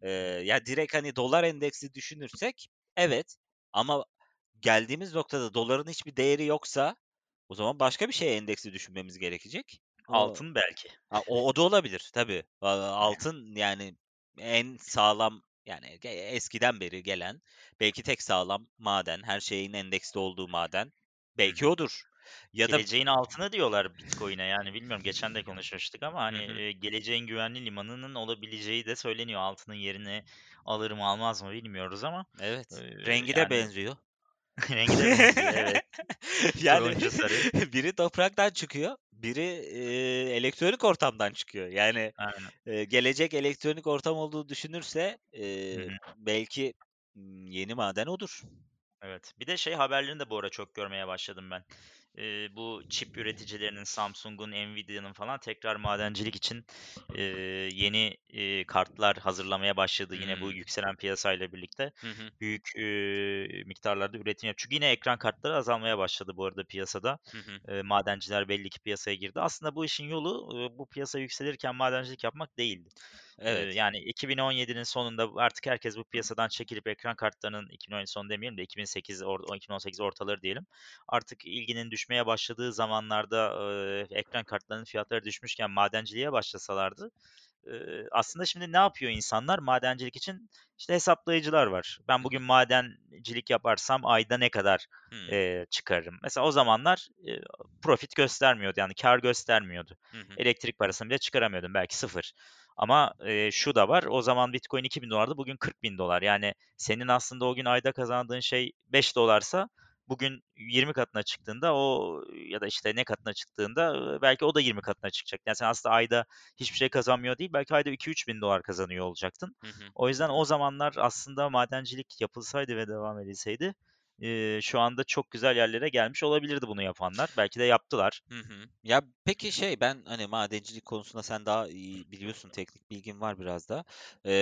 Ya, direkt, hani, dolar endeksi düşünürsek evet ama geldiğimiz noktada doların hiçbir değeri yoksa o zaman başka bir şeye endeksi düşünmemiz gerekecek. Altın belki. O da olabilir tabii. Altın, yani, en sağlam, yani, eskiden beri gelen, belki tek sağlam maden, her şeyin endeksli olduğu maden Hı belki hı. odur. Ya da. Geleceğin altını diyorlar Bitcoin'e. Yani bilmiyorum, geçen de konuşmuştuk ama Hı hani, hı. geleceğin güvenli limanının olabileceği de söyleniyor. Altının yerini alır mı almaz mı bilmiyoruz ama, Evet. Rengi de yani benziyor. rengi de benziyor. Evet. Yani, Turuncu sarı. biri topraktan çıkıyor, biri, elektronik ortamdan çıkıyor. Yani, Aynen. gelecek elektronik ortam olduğu düşünürse, Hı hı. belki, yeni maden odur. Evet. Bir de şey haberlerini de bu ara çok görmeye başladım ben. Bu çip üreticilerinin, Samsung'un, Nvidia'nın falan tekrar madencilik için, eee, yeni, kartlar hazırlamaya başladı. Yine bu Hımm. yükselen piyasayla birlikte Hı hı. büyük, miktarlarda üretim Çünkü yine ekran kartları azalmaya başladı bu arada piyasada. Hı hı. Madenciler belli ki piyasaya girdi. Aslında bu işin yolu, bu piyasa yükselirken madencilik yapmak değildi. Evet. Yani 2017'nin sonunda artık herkes bu piyasadan çekilip ekran kartlarının 2017 sonu demeyelim de 2008 2018 ortaları diyelim. Artık ilginin düşmeye başladığı zamanlarda, ekran kartlarının fiyatları düşmüşken madenciliğe başlasalardı, Aslında şimdi ne yapıyor insanlar madencilik için? İşte hesaplayıcılar var. Ben Hı hı. bugün madencilik yaparsam ayda ne kadar, Hımm. çıkarırım? Mesela o zamanlar, profit göstermiyordu, yani kâr göstermiyordu. Hı hı. Elektrik parasını bile çıkaramıyordum, belki sıfır. Ama, şu da var, o zaman Bitcoin $2.000'dı, bugün $40.000. Yani senin aslında o gün ayda kazandığın şey $5'sa bugün 20 katına çıktığında o ya da, işte, ne katına çıktığında, belki o da 20 katına çıkacak. Yani sen aslında ayda hiçbir şey kazanmıyor değil, belki ayda $2.000-3.000 kazanıyor olacaktın. Hı hı. O yüzden o zamanlar aslında madencilik yapılsaydı ve devam edilseydi, şu anda çok güzel yerlere gelmiş olabilirdi bunu yapanlar. Belki de yaptılar. Hı hı. Ya, peki ben, hani, madencilik konusunda sen daha iyi biliyorsun, teknik bilgin var biraz da.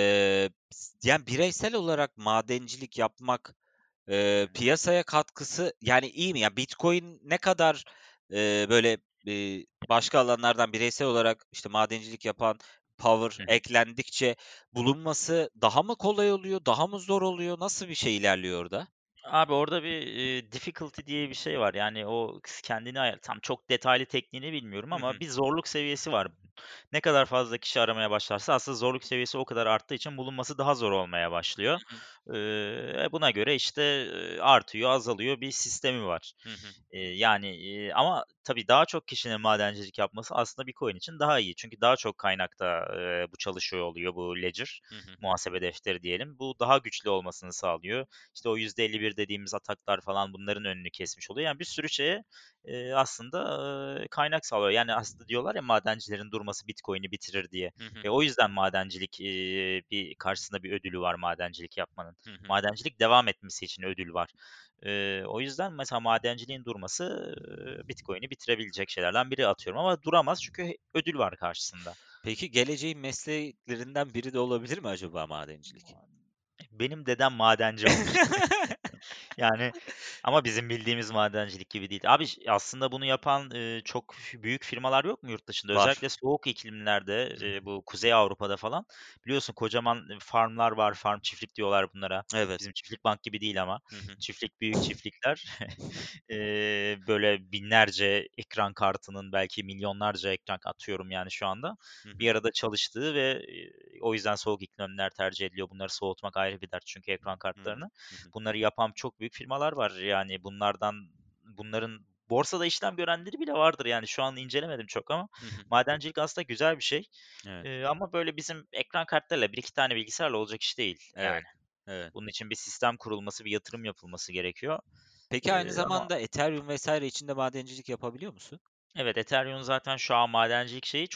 Yani, bireysel olarak madencilik yapmak, Hı hı. piyasaya katkısı, yani, iyi mi? Ya, Bitcoin ne kadar, böyle, başka alanlardan bireysel olarak, işte, madencilik yapan power Hı hı. eklendikçe bulunması daha mı kolay oluyor, daha mı zor oluyor? Nasıl bir şey ilerliyor orada? Abi orada bir, difficulty diye bir şey var. Yani o kendini tam çok detaylı tekniğini bilmiyorum Hı ama hı. bir zorluk seviyesi var. Ne kadar fazla kişi aramaya başlarsa aslında zorluk seviyesi o kadar arttığı için bulunması daha zor olmaya başlıyor. Hı hı. Buna göre, işte, artıyor, azalıyor bir sistemi var. Hı hı. Yani, ama tabii daha çok kişinin madencilik yapması aslında Bitcoin için daha iyi. Çünkü daha çok kaynakta, bu çalışıyor oluyor, bu ledger, Hı hı. muhasebe defteri diyelim. Bu daha güçlü olmasını sağlıyor. İşte, o %51 dediğimiz ataklar falan bunların önünü kesmiş oluyor. Yani bir sürü şeye, aslında, kaynak sağlıyor. Yani aslında diyorlar ya madencilerin durması Bitcoin'i bitirir diye. Hı hı. O yüzden madencilik, bir karşısında bir ödülü var madencilik yapmanın. Hı hı. Madencilik devam etmesi için ödül var. O yüzden mesela madenciliğin durması, Bitcoin'i bitirebilecek şeylerden biri atıyorum ama duramaz çünkü ödül var karşısında. Peki geleceğin mesleklerinden biri de olabilir mi acaba madencilik? Benim dedem madenci olmuş. Yani ama bizim bildiğimiz madencilik gibi değil. Abi aslında bunu yapan, çok büyük firmalar yok mu yurt dışında? Var. Özellikle soğuk iklimlerde, Hı hı. bu Kuzey Avrupa'da falan biliyorsun kocaman, farmlar var. Farm çiftlik diyorlar bunlara. Evet. Bizim çiftlik bank gibi değil ama. Hı hı. Çiftlik, büyük çiftlikler. Böyle binlerce ekran kartının belki milyonlarca ekran atıyorum yani şu anda. Hı hı. Bir arada çalıştığı ve, o yüzden soğuk iklimler tercih ediliyor. Bunları soğutmak ayrı bir dert çünkü ekran Hımm. kartlarını. Hı hı. Bunları yapan çok büyük firmalar var. Yani bunların borsada işlem görenleri bile vardır. Yani şu an incelemedim çok ama Hı hı. madencilik aslında güzel bir şey. Evet. Ama böyle bizim ekran kartlarıyla bir iki tane bilgisayarla olacak iş değil yani. Evet. Evet. Bunun için bir sistem kurulması, bir yatırım yapılması gerekiyor. Peki aynı Ama zamanda Ethereum vs. için de madencilik yapabiliyor musun? evet, Ethereum zaten şu an madencilik şeyi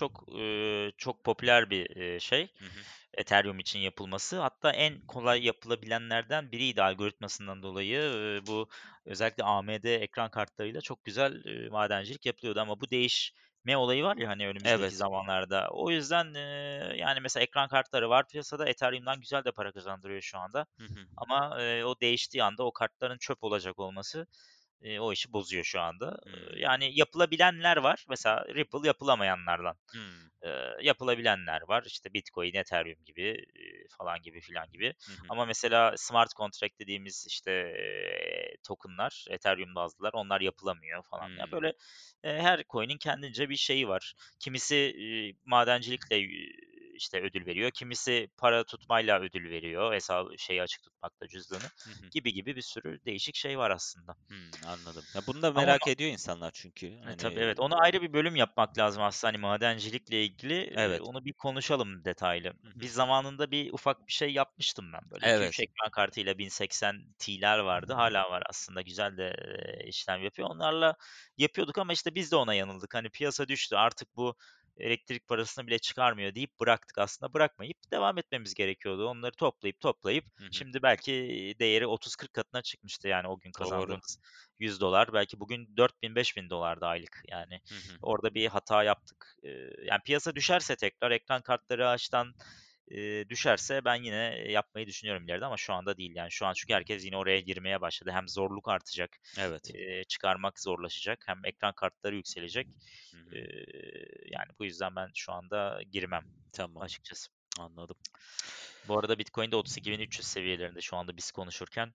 çok popüler bir, şey. Hı hı. Ethereum için yapılması. Hatta en kolay yapılabilenlerden biriydi algoritmasından dolayı. Bu özellikle AMD ekran kartlarıyla çok güzel, madencilik yapılıyordu ama bu değişme olayı var ya, hani, önümüzdeki Evet. zamanlarda. O yüzden, yani, mesela ekran kartları var piyasada, Ethereum'dan güzel de para kazandırıyor şu anda. Hı hı. Ama, o değiştiği anda o kartların çöp olacak olması, o işi bozuyor şu anda. Hımm. Yani yapılabilenler var. Mesela Ripple yapılamayanlardan. Hımm. Yapılabilenler var. İşte Bitcoin, Ethereum gibi, falan gibi filan gibi. Hı hı. Ama mesela smart contract dediğimiz, işte, token'lar, Ethereum bazlılar, onlar yapılamıyor falan. Ya, Hımm. böyle, her coin'in kendince bir şeyi var. Kimisi, madencilikle, işte, ödül veriyor. Kimisi para tutmayla ödül veriyor. Hesabı şeyi açık tutmakla, cüzdanı Hı hı. gibi gibi bir sürü değişik şey var aslında. Anladım. Ya, bunu da Ama merak ediyor insanlar çünkü. tabii, Hani. evet. Ona ayrı bir bölüm yapmak lazım aslında, hani, madencilikle ilgili, Evet. onu bir konuşalım detaylı. Hı hı. Biz zamanında bir ufak bir şey yapmıştım ben, böyle 2-3 Evet. ekran kartıyla 1080 Ti'ler vardı. Hâlâ var aslında, güzel de, işlem yapıyor. Onlarla yapıyorduk ama, işte, biz de ona yanıldık. Hani, piyasa düştü, artık bu elektrik parasını bile çıkarmıyor deyip bıraktık aslında. Bırakmayıp devam etmemiz gerekiyordu. Onları toplayıp Hı hı. şimdi belki değeri 30-40 katına çıkmıştı, yani, o gün Doğru. kazandığımız $100 belki bugün 4.000-5.000 aylık yani. Hı hı. Orada bir hata yaptık. Yani piyasa düşerse tekrar ekran kartları ağaçtan, düşerse ben yine yapmayı düşünüyorum ileride ama şu anda değil yani. Şu an çünkü herkes yine oraya girmeye başladı. Hem zorluk artacak, Evet. çıkarmak zorlaşacak hem ekran kartları yükselecek. Hı hı. Eee, Yani bu yüzden ben şu anda girmem Tamam, açıkçası. anladım. Bu arada Bitcoin de 32.300 seviyelerinde şu anda biz konuşurken.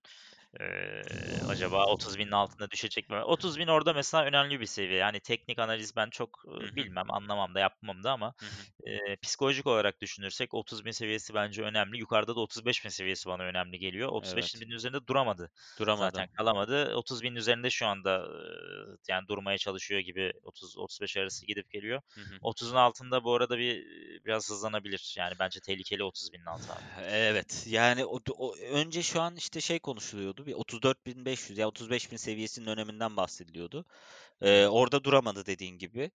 Acaba 30.000'in altına düşecek mi? 30.000 orada mesela önemli bir seviye. Yani teknik analiz ben çok, Hı hı. bilmem, anlamam da yapmam da ama, Hı hı. psikolojik olarak düşünürsek 30.000 seviyesi bence önemli. Yukarıda da 35.000 seviyesi bana önemli geliyor. Evet. 35.000'in üzerinde duramadı. Zaten Duramadım. kalamadı. 30.000'in üzerinde şu anda, yani durmaya çalışıyor gibi 30-35 arası gidip geliyor. Hı hı. 30'un altında bu arada biraz hızlanabilir. Yani bence tehlikeli 30.000'in altı abi. Evet, yani önce şu an, işte, şey konuşuluyordu, bir 34.500 ya 35.000 seviyesinin öneminden bahsediliyordu. Hı hı. Orada duramadı dediğin gibi.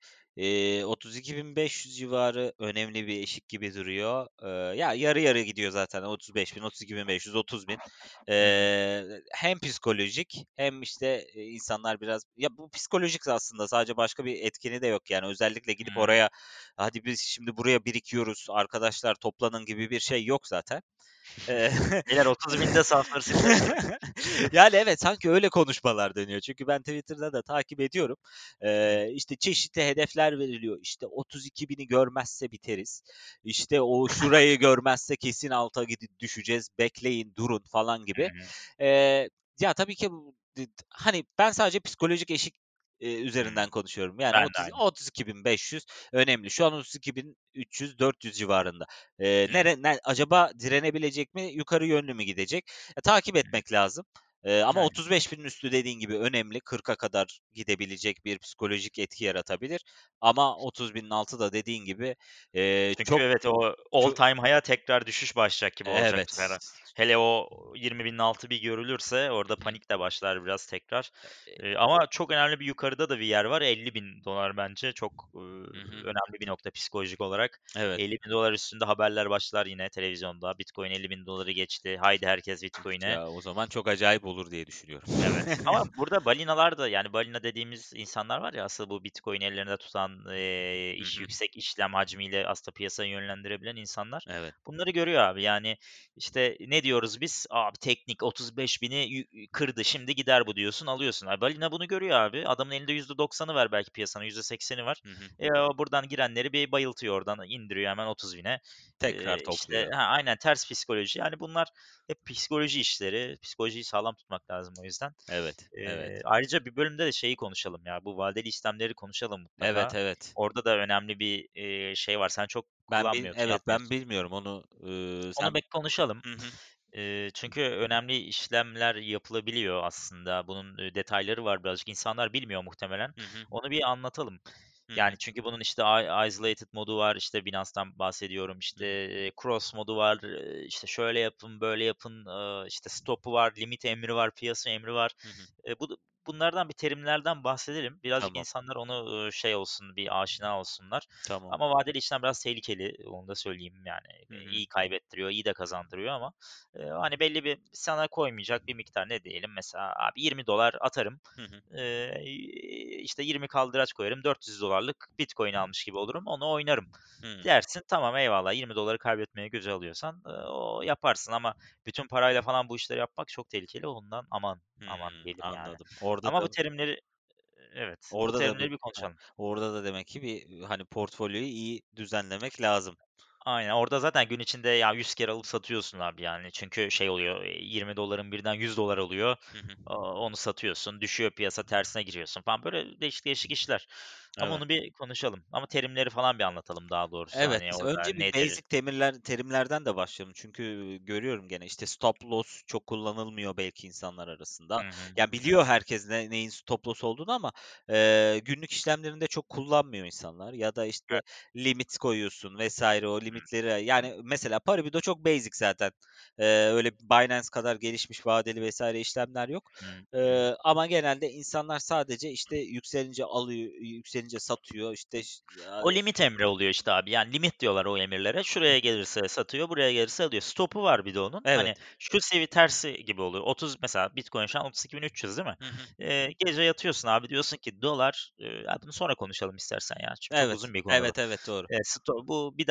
32.500 civarı önemli bir eşik gibi duruyor. Ya, yarı yarı gidiyor zaten 35.000, 32.500, 30.000. Hı hı. Hem psikolojik hem, işte, insanlar biraz ya, bu psikolojik aslında sadece başka bir etkeni de yok yani. Özellikle gidip Hıı. oraya, "Hadi biz şimdi buraya birikiyoruz, arkadaşlar toplanın." gibi bir şey yok zaten. Eee, Beyler 30.000'de safları sıklaştırın. yani, evet, sanki öyle konuşmalar dönüyor. Çünkü ben Twitter'da da takip ediyorum. Hı. İşte, çeşitli hedefler veriliyor. İşte, 32.000'i görmezse biteriz. İşte, o şurayı görmezse kesin alta düşeceğiz. Bekleyin, durun falan Hı gibi. hı. Eee, ya, tabii ki bu hani, ben sadece psikolojik eşik, üzerinden Hımm. konuşuyorum. Yani Ben de aynı. 32.500 önemli. Şu an 32.300-400 civarında. Hı hı. Acaba direnebilecek mi? Yukarı yönlü mü gidecek? Takip Hı hı. etmek lazım. Ama Aynen. 35.000'in üstü dediğin gibi önemli. 40'a kadar gidebilecek bir psikolojik etki yaratabilir. Ama 30.000'in altı da dediğin gibi, Çünkü çok evet, o all çok time high'a tekrar düşüş başlayacak gibi olacak bu sefer. Evet. Hele o 20.000'in altı bir görülürse orada Hı hı. panik de başlar biraz tekrar. E Ama çok önemli bir yukarıda da bir yer var. $50.000 bence çok, Hı hı. önemli bir nokta psikolojik olarak. Evet. $50.000 üstünde haberler başlar yine televizyonda. Bitcoin $50.000'ı geçti. Haydi herkes Bitcoin'e. Ya, o zaman çok acayip olur diye düşünüyorum. Evet ama burada balinalar da, yani, balina dediğimiz insanlar var ya, asıl bu Bitcoin'i ellerinde tutan, Hı hı. yüksek işlem hacmiyle aslında piyasayı yönlendirebilen insanlar. Evet. Bunları görüyor abi. Yani, işte, ne diyoruz biz? Abi teknik 35.000'i kırdı, şimdi gider bu diyorsun, alıyorsun. Balina bunu görüyor abi. Adamın elinde %90'ı var belki piyasanın, %80'i var. Hı hı. Buradan girenleri bir bayıltıyor oradan, indiriyor hemen 30.000'e. Tekrar İşte, topluyor. aynen ters psikoloji. Yani bunlar hep psikoloji işleri. Psikolojiyi sağlam tutmak lazım o yüzden. Evet, evet. Ayrıca bir bölümde de şeyi konuşalım ya, bu vadeli işlemleri konuşalım Evet, mutlaka. evet. Orada da önemli bir, şey var. Sen çok kullanmıyorsun, Ben yapmıyorsun. bilmiyorum onu, Onu sen konuşalım. Hı hı. Çünkü önemli işlemler yapılabiliyor aslında. Bunun, detayları var birazcık. İnsanlar bilmiyor muhtemelen. Hı hı. Onu bir anlatalım. Hı Yani hı. çünkü bunun işte isolated modu var, işte Binance'tan bahsediyorum, Hı işte, hı. cross modu var, işte şöyle yapın, böyle yapın, işte stop'u var, limit emri var, piyasa emri var. Hı hı. Bunlardan bir terimlerden bahsedelim. Birazcık Tamam, insanlar onu, şey olsun, bir aşina olsunlar. tamam. Ama vadeli işlem biraz tehlikeli, onu da söyleyeyim yani. Hı hı. İyi kaybettiriyor, iyi de kazandırıyor ama, hani belli bir sana koymayacak bir miktar ne diyelim mesela abi $20 atarım. Hı hı. Eee, işte 20 kaldıraç koyarım, $400'lık Bitcoin almış gibi olurum, onu oynarım Hıı. dersin. Tamam eyvallah, $20 kaybetmeye göze alıyorsan, o yaparsın ama bütün parayla falan bu işleri yapmak çok tehlikeli. Ondan aman, aman diyelim yani. Anladım. Orada Ama da bu terimleri evet, bu orada da terimleri bir bir konuşalım. orada da demek ki bir, hani, portfolyoyu iyi düzenlemek lazım. Aynen, orada zaten gün içinde ya 100 kere alıp satıyorsun abi yani. Çünkü şey oluyor, $20'ın birden $100 oluyor. Hı hı. Onu satıyorsun, düşüyor piyasa, tersine giriyorsun falan. Böyle değişik değişik işler. Ama Evet. onu bir konuşalım. Ama terimleri falan bir anlatalım daha doğrusu. Evet, Hani orada önce bir nedir? basic terimlerden de başlayalım. Çünkü görüyorum gene, işte, stop loss çok kullanılmıyor belki insanlar arasında. Hı hı. Ya, biliyor herkes neyin stop loss olduğunu ama, günlük işlemlerinde çok kullanmıyor insanlar ya da, işte, Evet. limit koyuyorsun vesaire o Hı limitleri yani mesela Paribu'da çok basic zaten. Öyle Binance kadar gelişmiş vadeli vesaire işlemler yok. hı. Hı. Ama genelde insanlar sadece, işte, yükselince alıyor, yükselince satıyor, işte, ya O limit emri oluyor işte abi. Yani limit diyorlar o emirlere. Şuraya gelirse satıyor, buraya gelirse alıyor. Stopu var bir de onun. Hani Evet. şu seviye tersi gibi oluyor. 30 mesela Bitcoin şu an 32.300 değil mi? Hı hı. Gece yatıyorsun abi diyorsun ki dolar, ya bunu sonra konuşalım istersen ya. Çünkü çok Evet. uzun bir konu bu. Evet, evet, doğru. Bu bir dahaki bölümün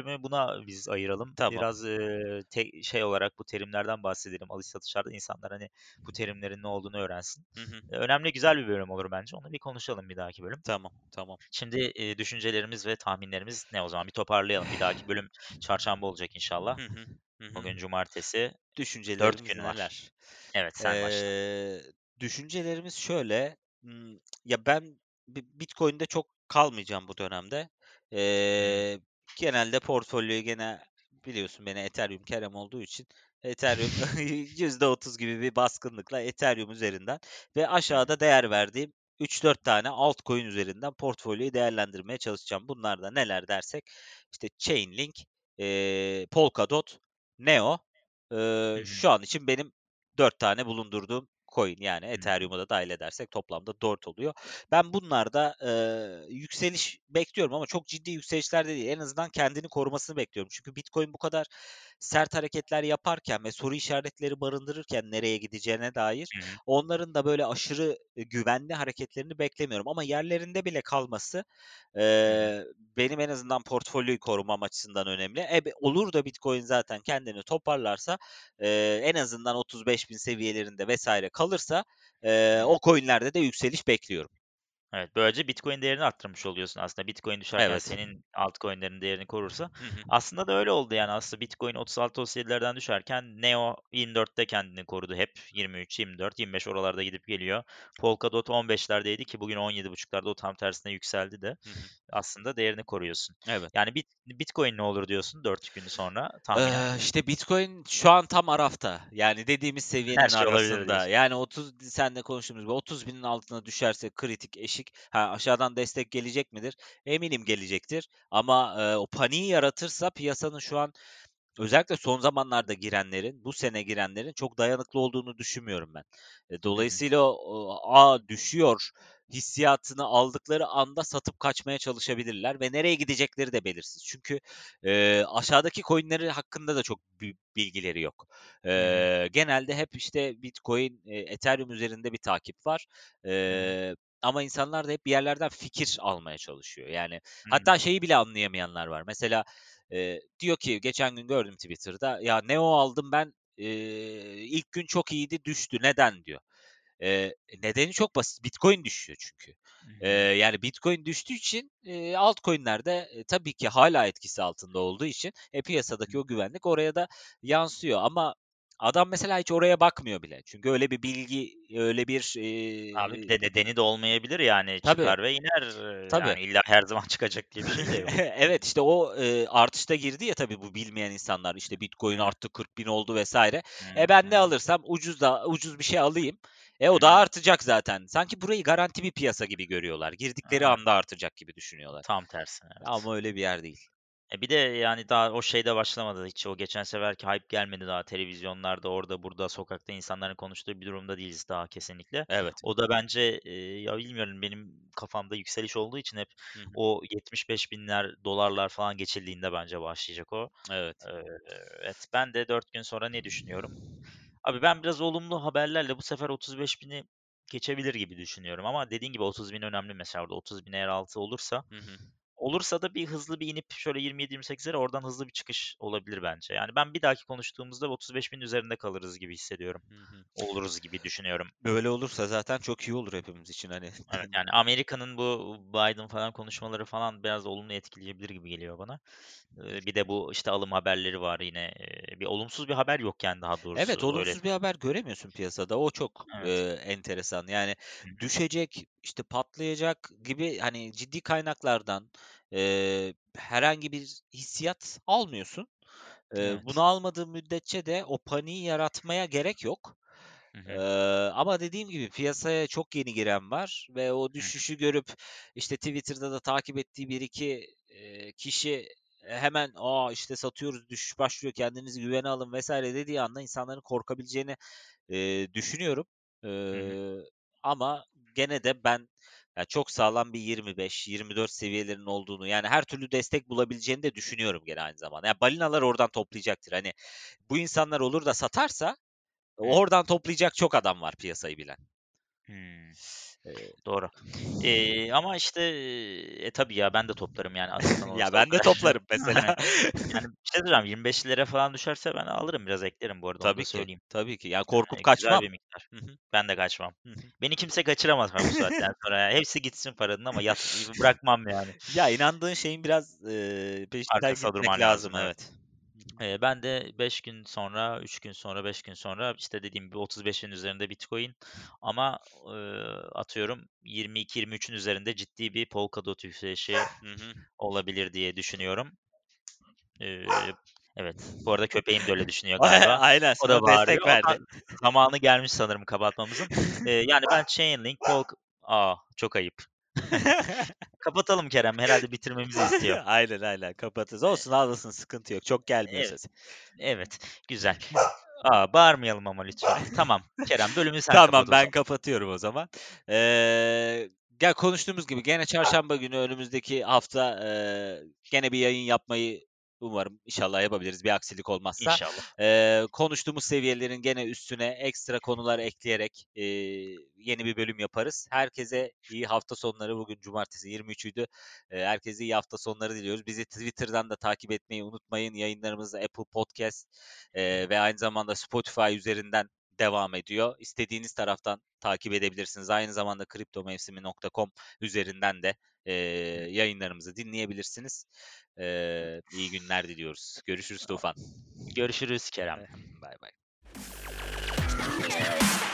bölümü buna biz ayıralım. Tamam. Biraz, şey olarak bu terimlerden bahsedelim. Alış satışlarda insanlar, hani, bu terimlerin ne olduğunu öğrensin. Hı hı. Önemli, güzel bir bölüm olur bence. Onu bir konuşalım bir dahaki bölüm. Tamam, tamam. Şimdi, düşüncelerimiz ve tahminlerimiz ne o zaman? Bir toparlayalım. Bir dahaki bölüm çarşamba olacak inşallah. Hı hı. Hı hı. Bugün cumartesi. 4 Düşüncelerimiz gün var. neler? Evet, sen başla. Eee, Düşüncelerimiz şöyle, ya, ben Bitcoin'de çok kalmayacağım bu dönemde. Hımm. Eee, Genelde portfolyoyu gene biliyorsun beni Ethereum kerem olduğu için Ethereum %30 gibi bir baskınlıkla Ethereum üzerinden ve Hı hı. aşağıda değer verdiğim 3-4 tane altcoin üzerinden portfolyoyu değerlendirmeye çalışacağım. Bunlar da neler dersek, işte Chainlink, Polkadot, Neo, Hı hı. şu an için benim 4 tane bulundurduğum coin, yani Hı hı. Ethereum'u da dâhil edersek toplamda 4 oluyor. Ben bunlarda, yükseliş bekliyorum ama çok ciddi yükselişler de değil. En azından kendini korumasını bekliyorum. Çünkü Bitcoin bu kadar sert hareketler yaparken ve soru işaretleri barındırırken nereye gideceğine dair Hı hı. onların da böyle aşırı, güvenli hareketlerini beklemiyorum ama yerlerinde bile kalması, Hı hı. benim en azından portfolyoyu korumam açısından önemli. Olur da Bitcoin zaten kendini toparlarsa, en azından 35.000 seviyelerinde vesaire kalırsa, Hı hı. o coin'lerde de yükseliş bekliyorum. Evet, böylece Bitcoin değerini arttırmış oluyorsun aslında. Bitcoin düşerken Evet. senin altcoin'lerin değerini korursa. Hı hı. Aslında da öyle oldu yani aslında Bitcoin 36-37'lerden düşerken Neo 24'te kendini korudu hep. 23, 24, 25 oralarda gidip geliyor. Polkadot 15'lerdeydi ki bugün 17,5'larda o tam tersine yükseldi de. Hı hı. Aslında değerini koruyorsun. Evet. Yani Bitcoin ne olur diyorsun 4 gün sonra tahminen? İşte Bitcoin şu an tam arafta. Yani dediğimiz Her seviyenin şey olabilir arasında. diyorsun. Yani seninle konuştuğumuz gibi 30.000'in altına düşerse kritik eşik. Ha, aşağıdan destek gelecek midir? Eminim gelecektir. Ama, o paniği yaratırsa piyasanın şu an özellikle son zamanlarda girenlerin, bu sene girenlerin çok dayanıklı olduğunu düşünmüyorum ben. Hı hı. Dolayısıyla düşüyor hissiyatını aldıkları anda satıp kaçmaya çalışabilirler ve nereye gidecekleri de belirsiz. Çünkü, aşağıdaki coin'leri hakkında da çok bilgileri yok. Hı hı. Genelde hep, işte, Bitcoin, Ethereum üzerinde bir takip var. Hı hı. Ama insanlar da hep bir yerlerden fikir almaya çalışıyor. Yani Hımm. hatta şeyi bile anlayamayanlar var. Mesela, diyor ki geçen gün gördüm Twitter'da, "Ya Neo aldım ben, ilk gün çok iyiydi, düştü. Neden?" diyor. Nedeni çok basit. Bitcoin düşüyor çünkü. Hı hı. Yani Bitcoin düştüğü için, altcoin'ler de, tabii ki hâlâ etkisi altında olduğu için, Hı. piyasadaki o güvenlik oraya da yansıyor ama adam mesela hiç oraya bakmıyor bile. Çünkü öyle bir bilgi, öyle bir, Abi bir de nedeni de olmayabilir yani Tabii, çıkar ve iner. tabii. Yani illa her zaman çıkacak diye bir şey de yok. Evet, işte o, artışta girdi ya tabii bu bilmeyen insanlar, işte Hı Bitcoin hı. arttı 40.000 oldu vs. Hı hı. Ben Hı ne hı. alırsam ucuz bir şey alayım. Hı O da hı. artacak zaten. Sanki burayı garanti bir piyasa gibi görüyorlar. Girdikleri Evet, anda artacak gibi düşünüyorlar. tam tersine evet. Ama öyle bir yer değil. Bir de yani daha o şey de başlamadı hiç. O geçen seferki hype gelmedi daha televizyonlarda, orada burada, sokakta insanların konuştuğu bir durumda değiliz daha kesinlikle. Evet. O da bence, ya bilmiyorum benim kafamda yükseliş olduğu için hep Hı hı. o 75.000'ler, dolarlar falan geçildiğinde bence başlayacak o. Evet. Eee, evet, ben de 4 gün sonra ne düşünüyorum? Abi ben biraz olumlu haberlerle bu sefer 35.000'i geçebilir gibi düşünüyorum ama dediğin gibi 30.000 önemli mesela orada 30.000 eğer altı Hı hı. olursa da bir hızlı bir inip şöyle 27-28'lere oradan hızlı bir çıkış olabilir bence. Yani ben bir dahaki konuştuğumuzda 35.000 üzerinde kalırız gibi hissediyorum. Hı hı. Oluruz gibi düşünüyorum. Böyle olursa zaten çok iyi olur hepimiz için, hani. Evet, yani Amerika'nın bu Biden falan konuşmaları falan biraz olumlu etkileyebilir gibi geliyor bana. Bir de bu işte alım haberleri var yine. Bir olumsuz bir haber yok yani daha Evet, doğrusu öyle. olumsuz bir haber göremiyorsun piyasada. O çok, Evet. enteresan. Yani Hı hı. düşecek, işte patlayacak gibi hani ciddi kaynaklardan, herhangi bir hissiyat almıyorsun. Bunu Evet. almadığın müddetçe de o paniği yaratmaya gerek yok. Hı hı. Ama dediğim gibi piyasaya çok yeni giren var ve o Hı hı. düşüşü görüp, işte, Twitter'da da takip ettiği bir iki kişi, hemen, işte, satıyoruz, düşüş başlıyor, kendinizi güvene alın vs. dediği anda insanların korkabileceğini, düşünüyorum. Hı hı. Eee, Ama gene de ben, ya, çok sağlam bir 25-24 seviyelerinin olduğunu, yani, her türlü destek bulabileceğini de düşünüyorum gene aynı zamanda. Ya, balinalar oradan toplayacaktır. Hani, bu insanlar olur da satarsa Hı. oradan toplayacak çok adam var piyasayı bilen. Hımm. Doğru. Ama işte, tabii ya ben de toplarım yani asistan Ya, olursa o ben de kadar. toplarım mesela. Yani bir şey söyleyeceğim, 25'lere falan düşerse ben alırım biraz eklerim bu arada onu da Tabii ki, söyleyeyim. tabii ki. Ya, korkup Güzel kaçmam. bir miktar. Hı hı. Ben de kaçmam. Hı hı. Beni kimse kaçıramaz bu saatten sonra ya. Hepsi gitsin paranın ama bırakmam yani. Ya, inandığın şeyin biraz, peşinden Arkasında gitmek durman lazım, lazım, evet. evet. Hı hı. Ben de 5 gün sonra, 3 gün sonra, 5 gün sonra, işte, dediğim gibi 35'in üzerinde Bitcoin ama, atıyorum 22-23'ün üzerinde ciddi bir Polkadot yükselişi Hı hı. olabilir diye düşünüyorum. Evet. Bu arada köpeğim de öyle düşünüyor galiba. Aynen, O da sana bağırıyor. destek O verdi. da zamanı gelmiş sanırım kapatmamızın. Yani ben Chainlink, çok ayıp. Kapatalım Kerem, herhâlde bitirmemizi istiyor. Aynen, aynen kapatırız. Olsun, ağlasın, sıkıntı yok. Çok gelmiyor Evet, sesi. evet, güzel. Bağırmayalım ama lütfen. Tamam, Kerem, bölümü sen kapat Tamam, o ben zaman. kapatıyorum o zaman. Ya, konuştuğumuz gibi gene çarşamba günü önümüzdeki hafta, gene bir yayın yapmayı umarım, inşallah yapabiliriz bir aksilik olmazsa. İnşallah. Konuştuğumuz seviyelerin gene üstüne ekstra konular ekleyerek, yeni bir bölüm yaparız. Herkese iyi hafta sonları. Bugün cumartesi 23'üydü. Herkese iyi hafta sonları diliyoruz. Bizi Twitter'dan da takip etmeyi unutmayın. Yayınlarımız Apple Podcast, ve aynı zamanda Spotify üzerinden devam ediyor. İstediğiniz taraftan takip edebilirsiniz. Aynı zamanda kriptomevsimi.com üzerinden de yayınlarımızı dinleyebilirsiniz. İyi günler diliyoruz. Görüşürüz Tufan. Görüşürüz Kerem. Bay bay.